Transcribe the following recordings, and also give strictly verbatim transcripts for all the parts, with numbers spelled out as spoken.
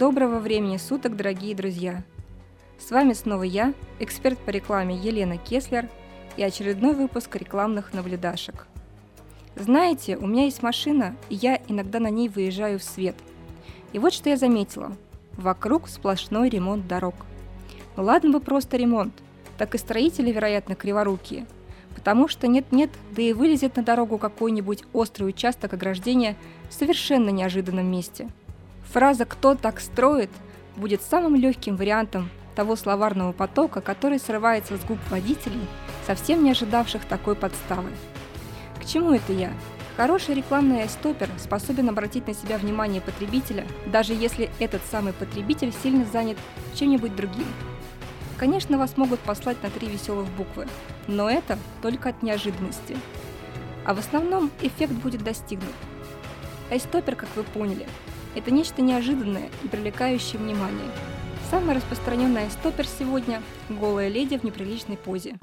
Доброго времени суток, дорогие друзья! С вами снова я, эксперт по рекламе Елена Кеслер, и очередной выпуск рекламных наблюдашек. Знаете, у меня есть машина, и я иногда на ней выезжаю в свет. И вот что я заметила. Вокруг сплошной ремонт дорог. Ну ладно бы просто ремонт, так и строители, вероятно, криворукие. Потому что нет-нет, да и вылезет на дорогу какой-нибудь острый участок ограждения в совершенно неожиданном месте. Фраза «кто так строит» будет самым легким вариантом того словарного потока, который срывается с губ водителей, совсем не ожидавших такой подставы. К чему это я? Хороший рекламный айстопер способен обратить на себя внимание потребителя, даже если этот самый потребитель сильно занят чем-нибудь другим. Конечно, вас могут послать на три веселых буквы, но это только от неожиданности. А в основном эффект будет достигнут. Айстопер, как вы поняли, это нечто неожиданное и привлекающее внимание. Самый распространенный айстопер сегодня – голая леди в неприличной позе.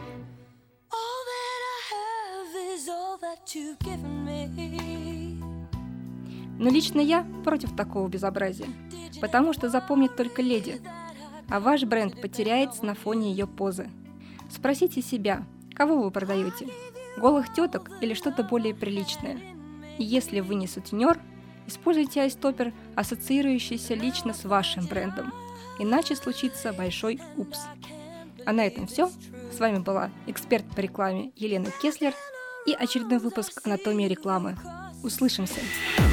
Но лично я против такого безобразия, потому что запомнит только леди, а ваш бренд потеряется на фоне ее позы. Спросите себя, кого вы продаете – голых теток или что-то более приличное? И если вы не сутенер, используйте айстопер, ассоциирующийся лично с вашим брендом, иначе случится большой упс. А на этом все. С вами была эксперт по рекламе Елена Кеслер и очередной выпуск «Анатомия рекламы». Услышимся!